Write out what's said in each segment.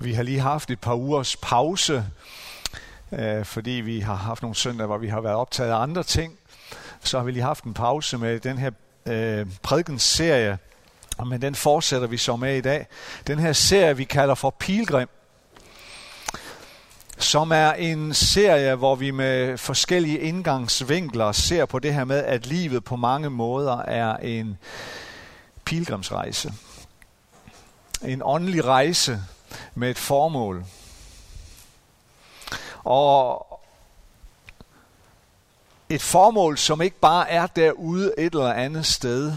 Vi har lige haft et par ugers pause, fordi vi har haft nogle søndage, hvor vi har været optaget af andre ting. Så har vi lige haft en pause med den her prædikensserie, men den fortsætter vi så med i dag. Den her serie, vi kalder for Pilgrim, som er en serie, hvor vi med forskellige indgangsvinkler ser på det her med, at livet på mange måder er en pilgrimsrejse. En åndelig rejse med et formål. Og et formål, som ikke bare er derude et eller andet sted,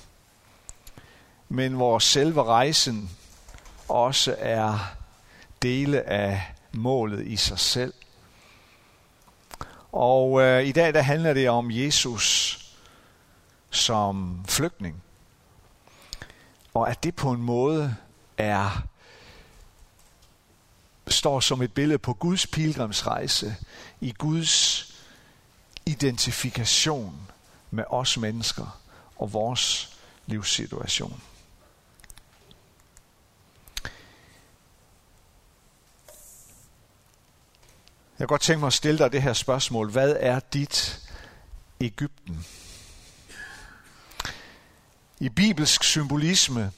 men hvor selve rejsen også er dele af målet i sig selv. Og i dag der handler det om Jesus som flygtning. Og at det på en måde står som et billede på Guds pilgrimsrejse, i Guds identifikation med os mennesker og vores livssituation. Jeg kan godt tænke mig at stille dig det her spørgsmål. Hvad er dit Egypten? I bibelsk symbolisme,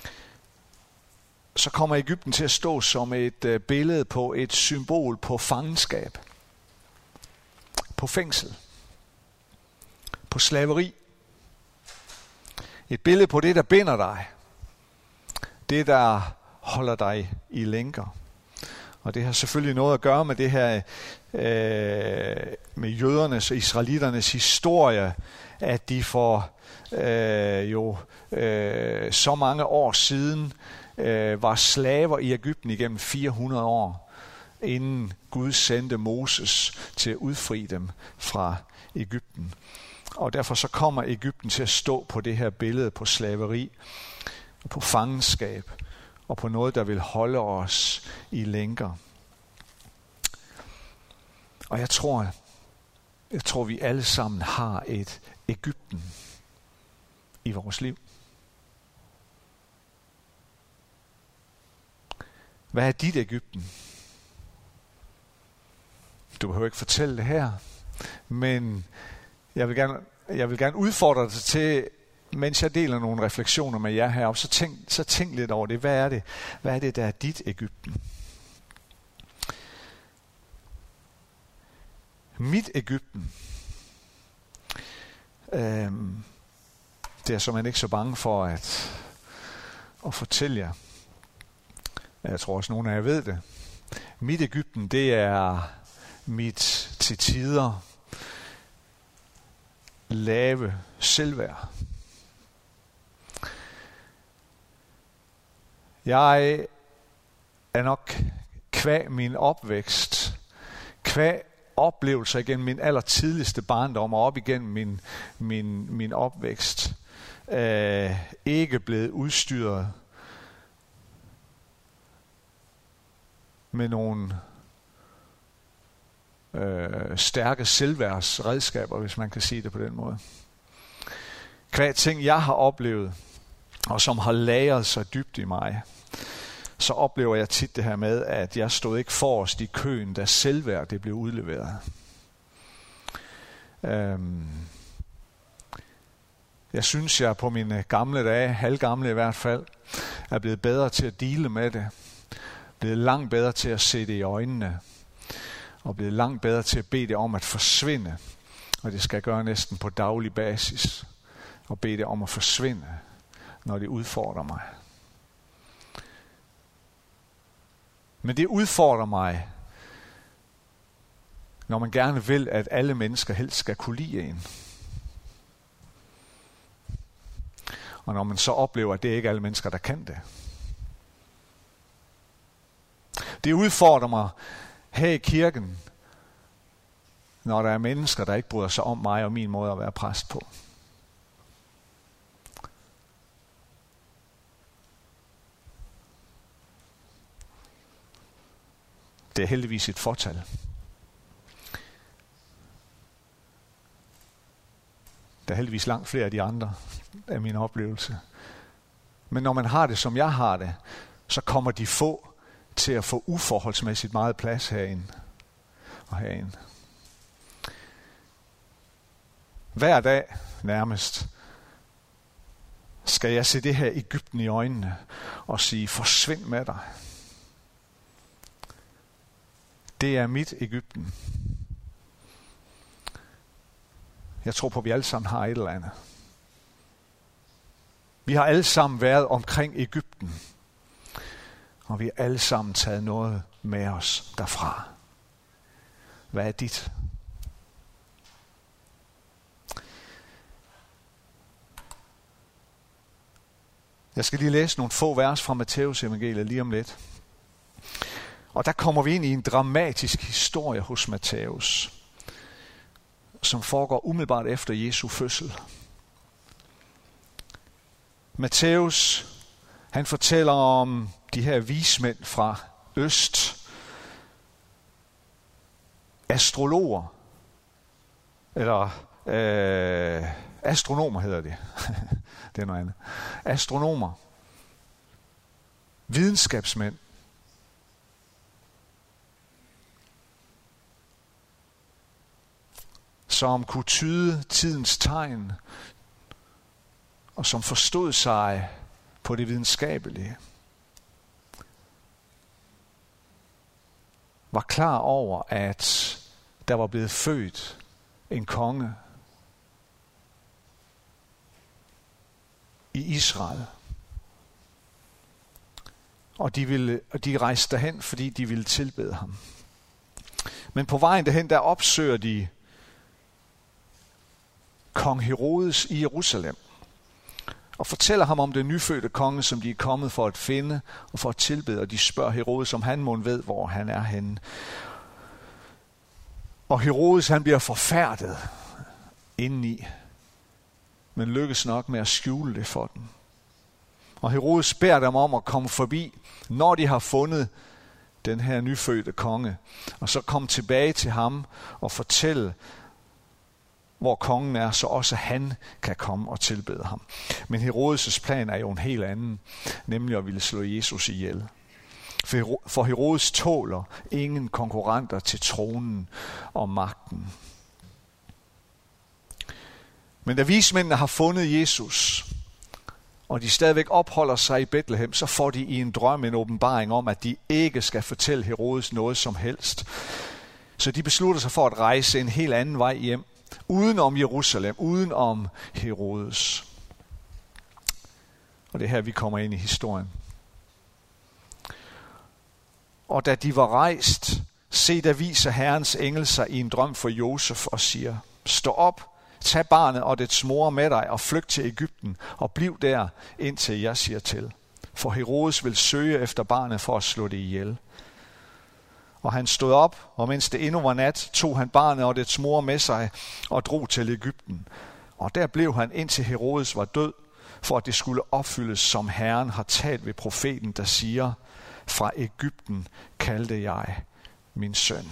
så kommer Egypten til at stå som et billede på et symbol på fangenskab, på fængsel, på slaveri. Et billede på det, der binder dig. Det, der holder dig i lænker. Og det har selvfølgelig noget at gøre med det her, med jødernes og israeliternes historie, at de for så mange år siden var slaver i Egypten igennem 400 år, inden Gud sendte Moses til at udfri dem fra Egypten. Og derfor så kommer Egypten til at stå på det her billede på slaveri, på fangenskab og på noget, der vil holde os i lænker. Og jeg tror vi alle sammen har et Egypten i vores liv. Hvad er dit Egypten? Du behøver ikke fortælle det her, men jeg vil gerne udfordre dig til, mens jeg deler nogle refleksioner med jer heroppe, så tænk lidt over det. Hvad er det, der er dit Egypten? Mit Egypten, det er så man ikke så bange for at fortælle jer. Jeg tror også, nogen af jer ved det. Mit Egypten, det er mit til tider lave selvværd. Jeg er nok kvad min opvækst, kvad oplevelser igennem min allertidligste barndom og op igennem min opvækst, ikke blevet udstyret med nogle stærke selvværdsredskaber, hvis man kan sige det på den måde. Hver ting jeg har oplevet, og som har lagret sig dybt i mig, så oplever jeg tit det her med, at jeg stod ikke forrest i køen, da selvværd det blev udleveret. Jeg synes, jeg på mine gamle dage, halvgamle i hvert fald, er blevet bedre til at deale med det. Blevet langt bedre til at se det i øjnene. Og blevet langt bedre til at bede det om at forsvinde. Og det skal jeg gøre næsten på daglig basis. Og bede det om at forsvinde, når det udfordrer mig. Men det udfordrer mig, når man gerne vil, at alle mennesker helst skal kunne lide en. Og når man så oplever, at det ikke er alle mennesker, der kan det. Det udfordrer mig her i kirken, når der er mennesker, der ikke bryder sig om mig og min måde at være præst på. Det er heldigvis et fortal. Der er heldigvis langt flere af de andre af min oplevelse. Men når man har det, som jeg har det, så kommer de få til at få uforholdsmæssigt meget plads herinde og herinde. Hver dag nærmest skal jeg se det her Egypten i øjnene og sige, forsvind med dig. Det er mit Egypten. Jeg tror på, at vi alle sammen har et eller andet. Vi har alle sammen været omkring Egypten, og vi har alle sammen taget noget med os derfra. Hvad er dit? Jeg skal lige læse nogle få vers fra Matteus evangeliet lige om lidt. Og der kommer vi ind i en dramatisk historie hos Matteus, som foregår umiddelbart efter Jesu fødsel. Matteus, han fortæller om de her vismænd fra øst, astrologer, eller astronomer hedder det. Det er noget andet. Astronomer, videnskabsmænd, som kunne tyde tidens tegn, og som forstod sig på det videnskabelige, var klar over, at der var blevet født en konge i Israel. Og de rejste derhen, fordi de ville tilbede ham. Men på vejen derhen, der opsøger de kong Herodes i Jerusalem og fortæller ham om den nyfødte konge, som de er kommet for at finde og for at tilbede. Og de spørger Herodes, om han mon ved, hvor han er henne. Og Herodes, han bliver forfærdet indeni, men lykkes nok med at skjule det for dem. Og Herodes beder dem om at komme forbi, når de har fundet den her nyfødte konge, og så komme tilbage til ham og fortælle, hvor kongen er, så også han kan komme og tilbede ham. Men Herodes' plan er jo en helt anden, nemlig at ville slå Jesus ihjel. For Herodes tåler ingen konkurrenter til tronen og magten. Men da vismændene har fundet Jesus, og de stadigvæk opholder sig i Betlehem, så får de i en drøm en åbenbaring om, at de ikke skal fortælle Herodes noget som helst. Så de beslutter sig for at rejse en helt anden vej hjem, uden om Jerusalem, uden om Herodes. Og det er her, vi kommer ind i historien. Og da de var rejst, se, der viser Herrens engel sig i en drøm for Josef og siger, stå op, tag barnet og dets mor med dig og flygt til Egypten og bliv der, indtil jeg siger til. For Herodes vil søge efter barnet for at slå det ihjel. Og han stod op, og mens det endnu var nat, tog han barnet og dets mor med sig og drog til Egypten. Og der blev han, indtil Herodes var død, for at det skulle opfyldes, som Herren har talt ved profeten, der siger, fra Egypten kaldte jeg min søn.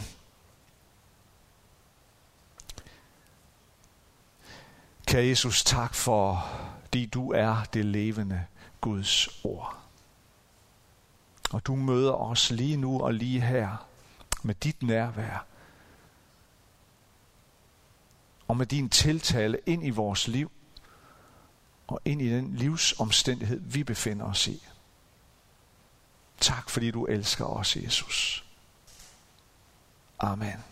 Kære Jesus, tak fordi du er det levende Guds ord. Og du møder os lige nu og lige her med dit nærvær. Og med din tiltale ind i vores liv. Og ind i den livsomstændighed, vi befinder os i. Tak fordi du elsker os, Jesus. Amen.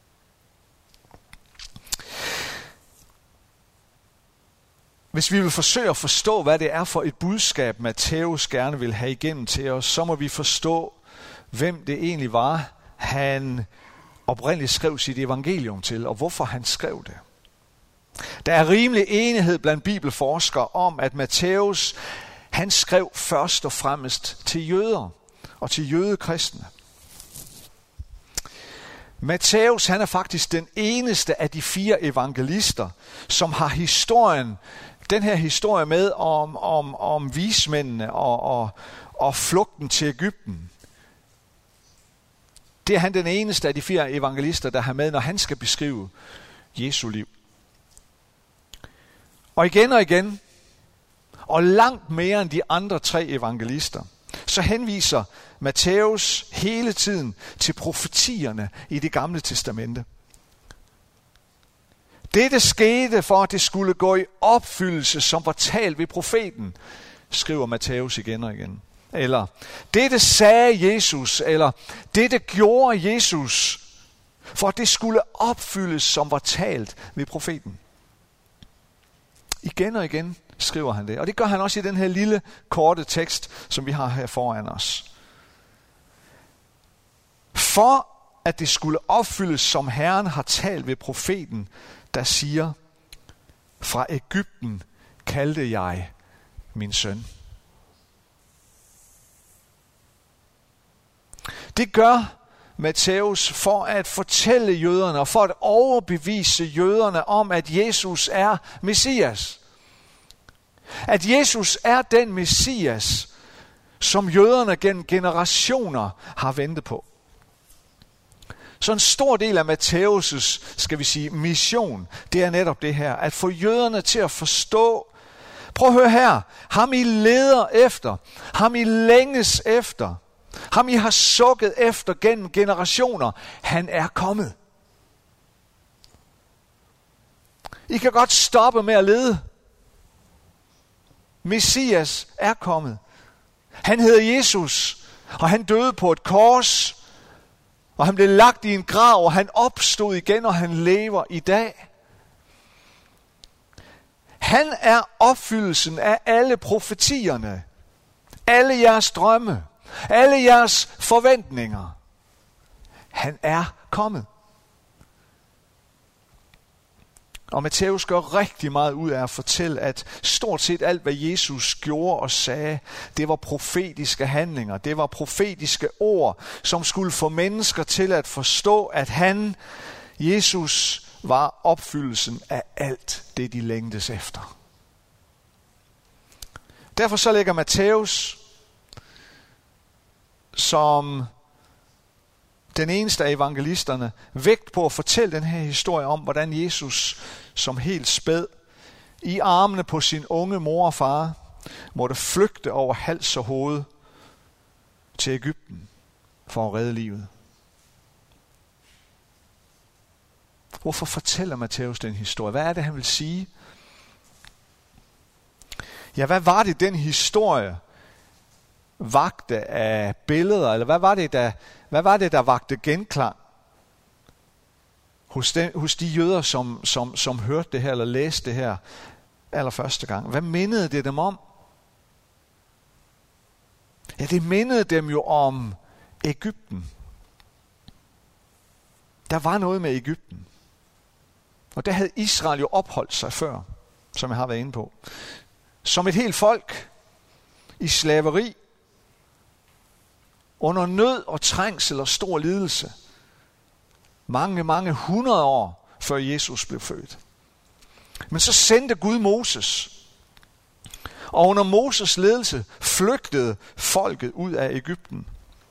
Hvis vi vil forsøge at forstå, hvad det er for et budskab, Matteus gerne vil have igennem til os, så må vi forstå, hvem det egentlig var, han oprindeligt skrev sit evangelium til, og hvorfor han skrev det. Der er rimelig enighed blandt bibelforskere om, at Matteus, han skrev først og fremmest til jøder og til jødekristne. Matteus, han er faktisk den eneste af de 4 evangelister, som har den her historie med om vismændene og flugten til Egypten. Det er han den eneste af de 4 evangelister, der har med, når han skal beskrive Jesu liv. Og igen, og langt mere end de andre 3 evangelister, så henviser Matthæus hele tiden til profetierne i Det Gamle Testamente. Dette skete for, at det skulle gå i opfyldelse, som var talt ved profeten, skriver Matthæus igen og igen. Eller, dette sagde Jesus, eller dette gjorde Jesus, for at det skulle opfyldes, som var talt ved profeten. Igen og igen skriver han det, og det gør han også i den her lille, korte tekst, som vi har her foran os. For at det skulle opfyldes, som Herren har talt ved profeten, der siger, fra Egypten kaldte jeg min søn. Det gør Matthæus for at fortælle jøderne og for at overbevise jøderne om, at Jesus er Messias. At Jesus er den Messias, som jøderne gennem generationer har ventet på. Så en stor del af Matthæus' skal vi sige, mission, det er netop det her, at få jøderne til at forstå, prøv at høre her, ham I leder efter, ham I længes efter, ham I har sukket efter gennem generationer, han er kommet. I kan godt stoppe med at lede. Messias er kommet. Han hedder Jesus, og han døde på et kors, og han blev lagt i en grav, og han opstod igen, og han lever i dag. Han er opfyldelsen af alle profetierne, alle jeres drømme, alle jeres forventninger. Han er kommet. Og Matthæus gør rigtig meget ud af at fortælle, at stort set alt, hvad Jesus gjorde og sagde, det var profetiske handlinger. Det var profetiske ord, som skulle få mennesker til at forstå, at han, Jesus, var opfyldelsen af alt det, de længtes efter. Derfor så lægger Matthæus som den eneste af evangelisterne vægt på at fortælle den her historie om, hvordan Jesus som helt spæd i armene på sin unge mor og far måtte flygte over hals og hoved til Egypten for at redde livet. Hvorfor fortæller Matthæus den historie? Hvad er det, han vil sige? Ja, hvad var det, den historie vagte af billeder, eller hvad var det, der vagte genklang hos de jøder, som hørte det her, eller læste det her allerførste gang? Hvad mindede det dem om? Ja, det mindede dem jo om Egypten. Der var noget med Egypten. Og der havde Israel jo opholdt sig før, som jeg har været inde på. Som et helt folk i slaveri, under nød og trængsel og stor lidelse. Mange 100 år før Jesus blev født. Men så sendte Gud Moses. Og under Moses ledelse flygtede folket ud af Egypten.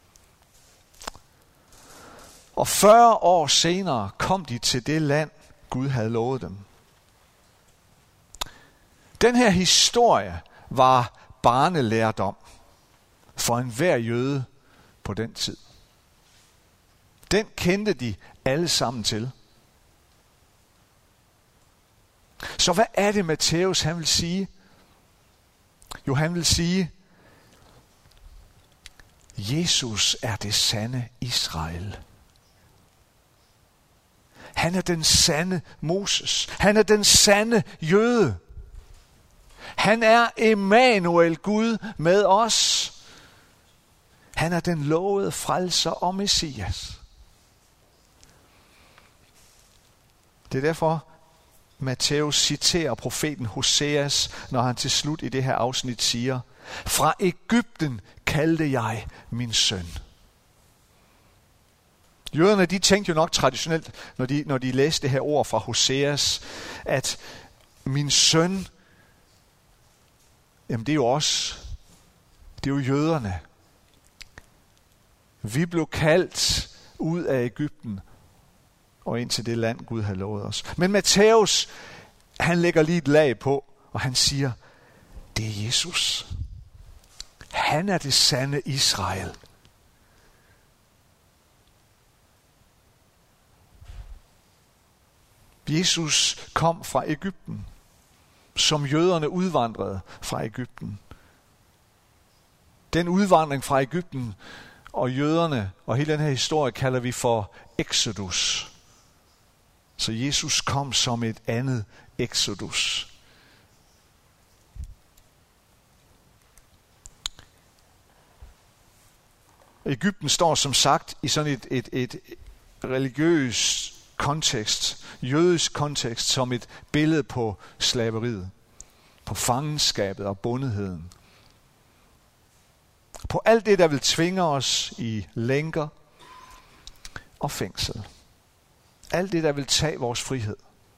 Og 40 år senere kom de til det land, Gud havde lovet dem. Den her historie var barnelærdom for enhver jøde på den tid. Den kendte de alle sammen til. Så hvad er det, Matthæus han vil sige? Jo, han vil sige, Jesus er det sande Israel. Han er den sande Moses. Han er den sande jøde. Han er Emmanuel, Gud med os. Han er den lovede frelser og Messias. Det er derfor, Matthæus citerer profeten Hoseas, når han til slut i det her afsnit siger, fra Egypten kaldte jeg min søn. Jøderne, de tænkte jo nok traditionelt, når de læste det her ord fra Hoseas, at min søn, jamen det er jo os. Det er jo jøderne. Vi blev kaldt ud af Egypten og ind til det land, Gud havde lovet os. Men Matthæus, han lægger lige et lag på, og han siger, det er Jesus. Han er det sande Israel. Jesus kom fra Egypten, som jøderne udvandrede fra Egypten. Den udvandring fra Egypten og jøderne og hele den her historie kalder vi for Exodus. Så Jesus kom som et andet Exodus. Egypten står som sagt i sådan et religiøs kontekst, jødisk kontekst, som et billede på slaveriet, på fangenskabet og bundetheden. På alt det, der vil tvinge os i lænker og fængsel. Alt det, der vil tage vores frihed.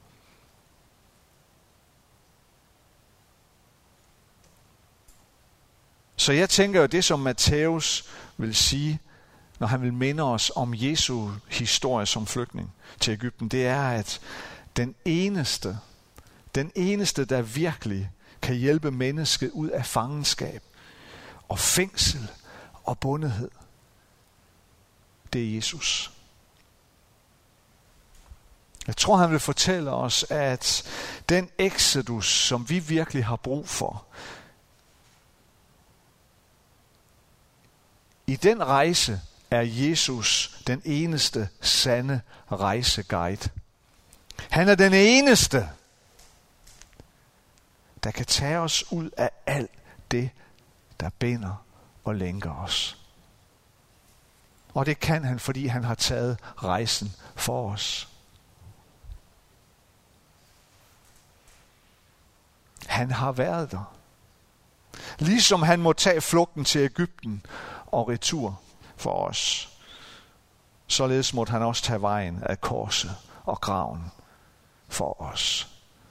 Så jeg tænker jo, det som Matthæus vil sige, når han vil minde os om Jesu historie som flygtning til Egypten, det er, at den eneste, der virkelig kan hjælpe mennesket ud af fangenskab og fængsel og bundethed, det er Jesus. Jeg tror, han vil fortælle os, at den exodus, som vi virkelig har brug for, i den rejse er Jesus den eneste sande rejseguide. Han er den eneste, der kan tage os ud af alt det, der binder og lænker os. Og det kan han, fordi han har taget rejsen for os. Han har været der. Ligesom han må tage flugten til Egypten og retur for os. Således måtte han også tage vejen af korset og graven for os.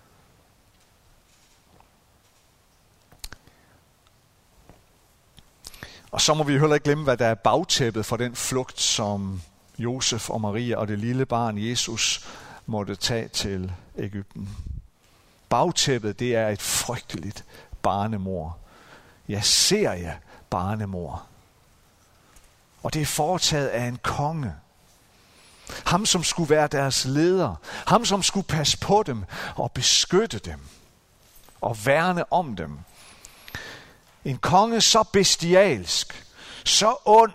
Og så må vi heller ikke glemme, hvad der er bagtæppet for den flugt, som Josef og Maria og det lille barn Jesus måtte tage til Egypten. Bagtæppet, det er et frygteligt barnemord. Ja, ser jeg barnemord. Og det er foretaget af en konge. Ham, som skulle være deres leder. Ham, som skulle passe på dem og beskytte dem. Og værne om dem. En konge så bestialsk, så ond,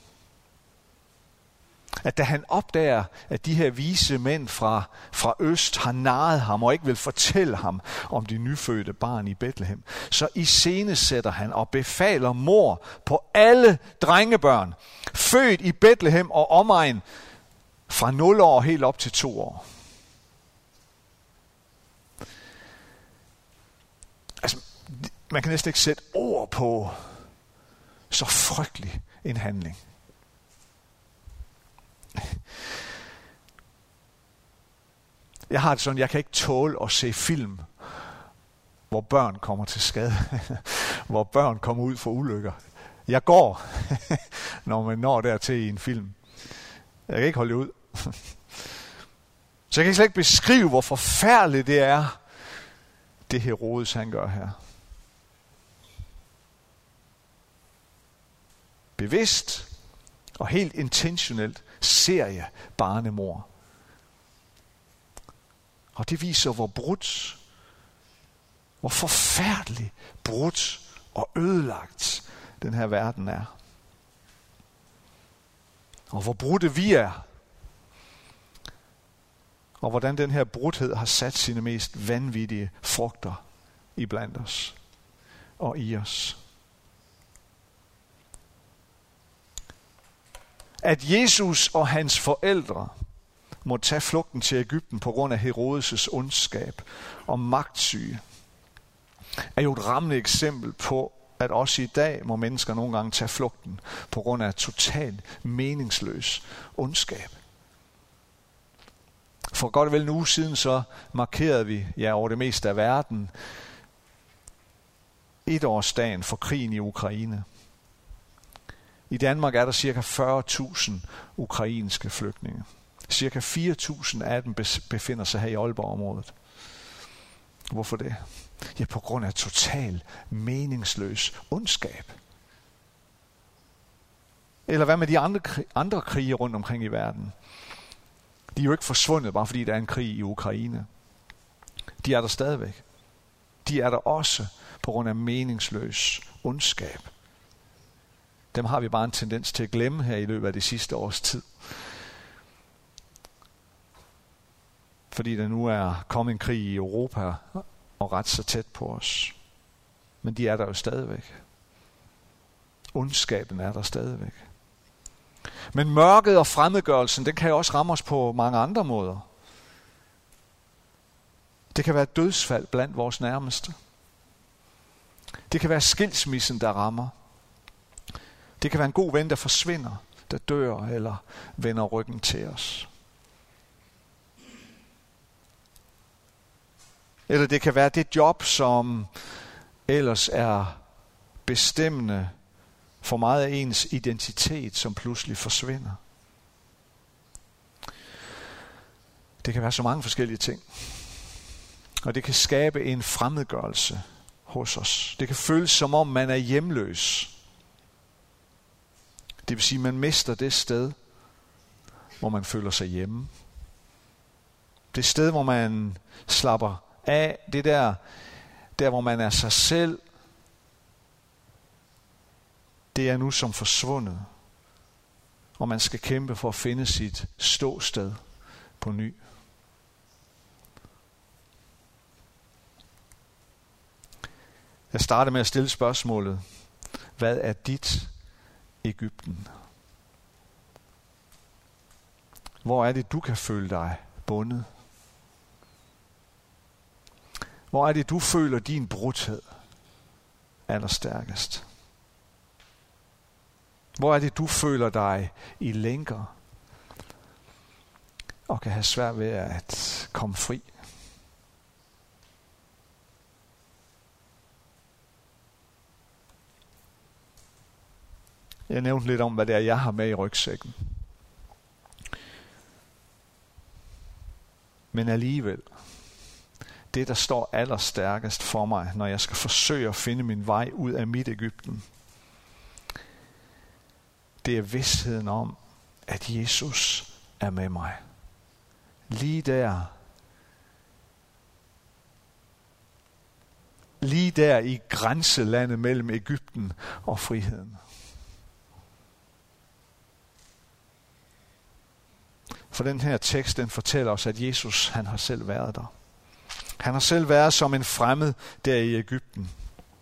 at da han opdager, at de her vise mænd fra øst har narret ham og ikke vil fortælle ham om de nyfødte barn i Betlehem, så iscenesætter han og befaler mord på alle drengebørn, født i Betlehem og omegn fra 0 år helt op til 2 år. Altså, man kan næsten ikke sætte ord på så frygtelig en handling. Jeg har det sådan, jeg kan ikke tåle at se film, hvor børn kommer til skade, hvor børn kommer ud for ulykker. Jeg går, når man når dertil i en film. Jeg kan ikke holde det ud. Så jeg kan slet ikke beskrive, hvor forfærdeligt det er, det Herodes han gør her. Bevidst og helt intentionelt ser jeg barnemord. Og det viser, hvor brudt, hvor forfærdelig brudt og ødelagt den her verden er. Og hvor brudte vi er. Og hvordan den her brudhed har sat sine mest vanvittige frugter iblandt os og i os. At Jesus og hans forældre må tage flugten til Egypten på grund af Herodes' ondskab og magtsyge, er jo et rammende eksempel på, at også i dag må mennesker nogle gange tage flugten på grund af totalt meningsløs ondskab. For godt vel en uge siden så markerede vi over det meste af verden 1-årsdagen for krigen i Ukraine. I Danmark er der ca. 40.000 ukrainske flygtninge. Cirka 4.000 af dem befinder sig her i Aalborg-området. Hvorfor det? Ja, på grund af total meningsløs ondskab. Eller hvad med de andre krige rundt omkring i verden? De er jo ikke forsvundet, bare fordi der er en krig i Ukraine. De er der stadigvæk. De er der også på grund af meningsløs ondskab. Dem har vi bare en tendens til at glemme her i løbet af det sidste års tid. Fordi der nu er kommet en krig i Europa og ret så tæt på os. Men de er der jo stadigvæk. Ondskaben er der stadigvæk. Men mørket og fremmedgørelsen, den kan jo også ramme os på mange andre måder. Det kan være dødsfald blandt vores nærmeste. Det kan være skilsmissen, der rammer. Det kan være en god ven, der forsvinder, der dør eller vender ryggen til os. Eller det kan være det job, som ellers er bestemmende for meget af ens identitet, som pludselig forsvinder. Det kan være så mange forskellige ting. Og det kan skabe en fremmedgørelse hos os. Det kan føles som om man er hjemløs. Det vil sige, at man mister det sted, hvor man føler sig hjemme. Det sted, hvor man slapper af. Det der hvor man er sig selv. Det er nu som forsvundet. Og man skal kæmpe for at finde sit ståsted på ny. Jeg starter med at stille spørgsmålet. Hvad er dit Egypten? Hvor er det, du kan føle dig bundet? Hvor er det, du føler din brudhed allerstærkest? Hvor er det, du føler dig i lænker og kan have svært ved at komme fri? Jeg nævnte lidt om, hvad det er, jeg har med i rygsækken. Men alligevel, det der står allerstærkest for mig, når jeg skal forsøge at finde min vej ud af mit Egypten, det er vidstheden om, at Jesus er med mig. Lige der i grænselandet mellem Egypten og friheden. For den her tekst, den fortæller os, at Jesus, han har selv været der. Han har selv været som en fremmed der i Egypten.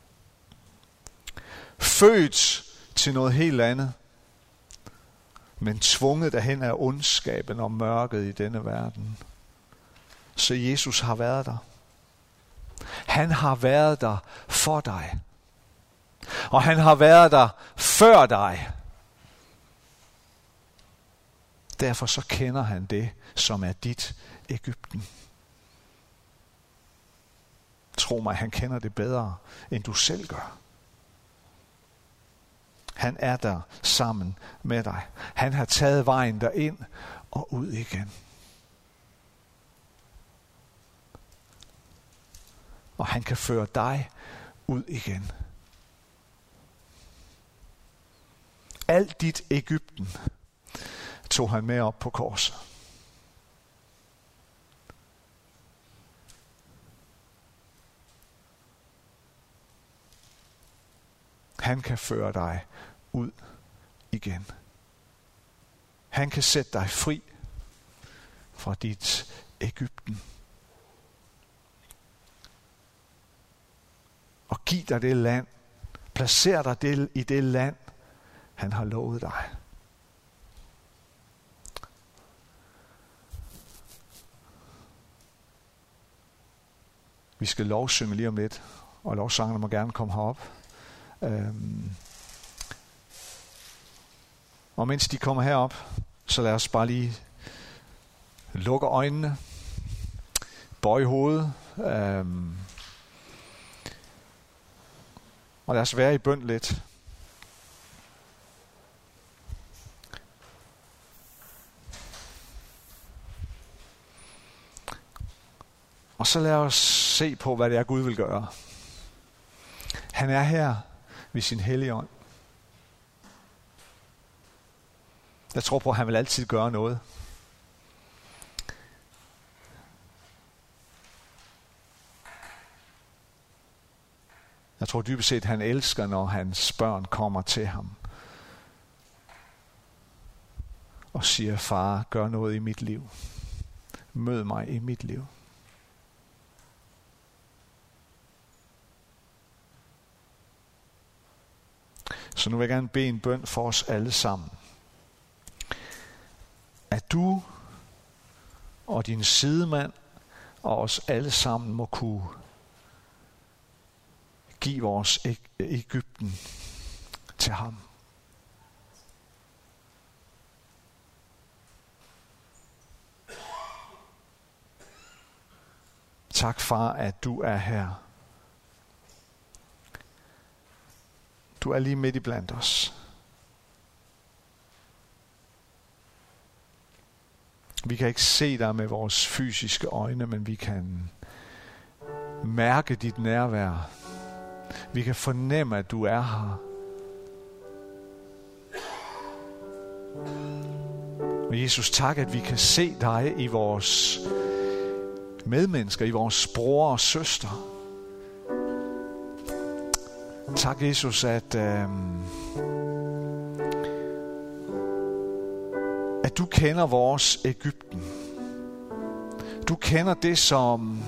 Født til noget helt andet, men tvunget derhen af ondskaben og mørket i denne verden. Så Jesus har været der. Han har været der for dig. Og han har været der før dig. Derfor så kender han det, som er dit Egypten. Tro mig, han kender det bedre, end du selv gør. Han er der sammen med dig. Han har taget vejen derind og ud igen. Og han kan føre dig ud igen. Alt dit Egypten tog han med op på korset. Han kan føre dig ud igen. Han kan sætte dig fri fra dit Egypten. Og give dig det land. Placer dig i det land, han har lovet dig. Vi skal lovsynge lige om lidt, og lovsangerne må gerne komme herop. Og mens de kommer herop, så lad os bare lige lukke øjnene, bøje hovedet, og lad os være i bøn lidt. Og så lad os se på, hvad det er, Gud vil gøre. Han er her ved sin hellige ånd. Jeg tror på, at han vil altid gøre noget. Jeg tror dybest set, han elsker, når hans børn kommer til ham og siger, far, gør noget i mit liv. Mød mig i mit liv. Så nu vil jeg gerne bede en bøn for os alle sammen. At du og din sidemand og os alle sammen må kunne give vores Egypten til ham. Tak, far, at du er her. Du er lige midt i blandt os. Vi kan ikke se dig med vores fysiske øjne, men vi kan mærke dit nærvær. Vi kan fornemme, at du er her. Og Jesus, tak, at vi kan se dig i vores medmennesker, i vores bror og søster. Tak, Jesus, at du kender vores Egypten. Du kender det, som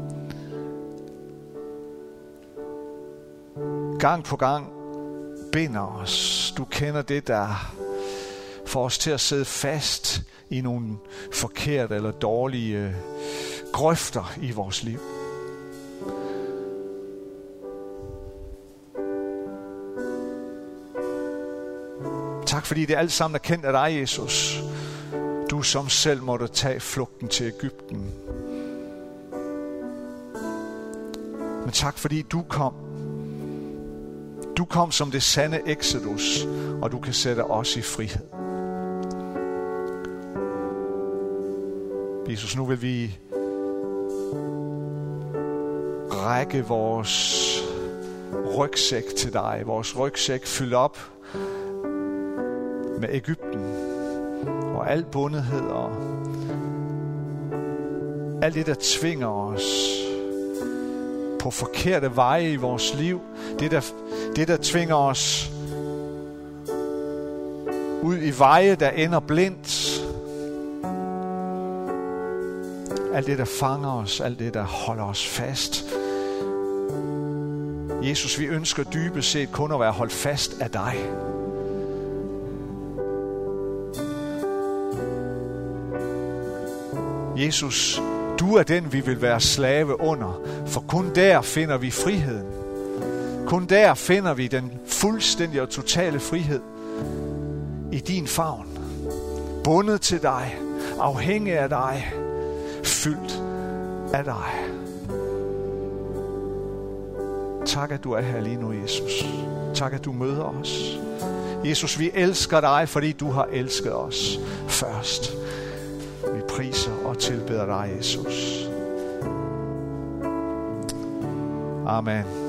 gang på gang binder os. Du kender det, der får os til at sidde fast i nogle forkerte eller dårlige grøfter i vores liv. Tak fordi det alt sammen er kendt af dig, Jesus. Du som selv måtte tage flugten til Egypten. Men tak fordi du kom. Du kom som det sande Exodus, og du kan sætte os i frihed. Jesus, nu vil vi række vores rygsæk til dig. Vores rygsæk fyldt op med Egypten og al bundethed og alt det, der tvinger os på forkerte veje i vores liv. Det, der tvinger os ud i veje, der ender blindt. Alt det, der fanger os, alt det, der holder os fast. Jesus, vi ønsker dybest set kun at være holdt fast af dig. Jesus, du er den, vi vil være slave under, for kun der finder vi friheden. Kun der finder vi den fuldstændige og totale frihed i din favn. Bundet til dig, afhængig af dig, fyldt af dig. Tak, at du er her lige nu, Jesus. Tak, at du møder os. Jesus, vi elsker dig, fordi du har elsket os først. Vi priser og tilbeder dig, Jesus. Amen.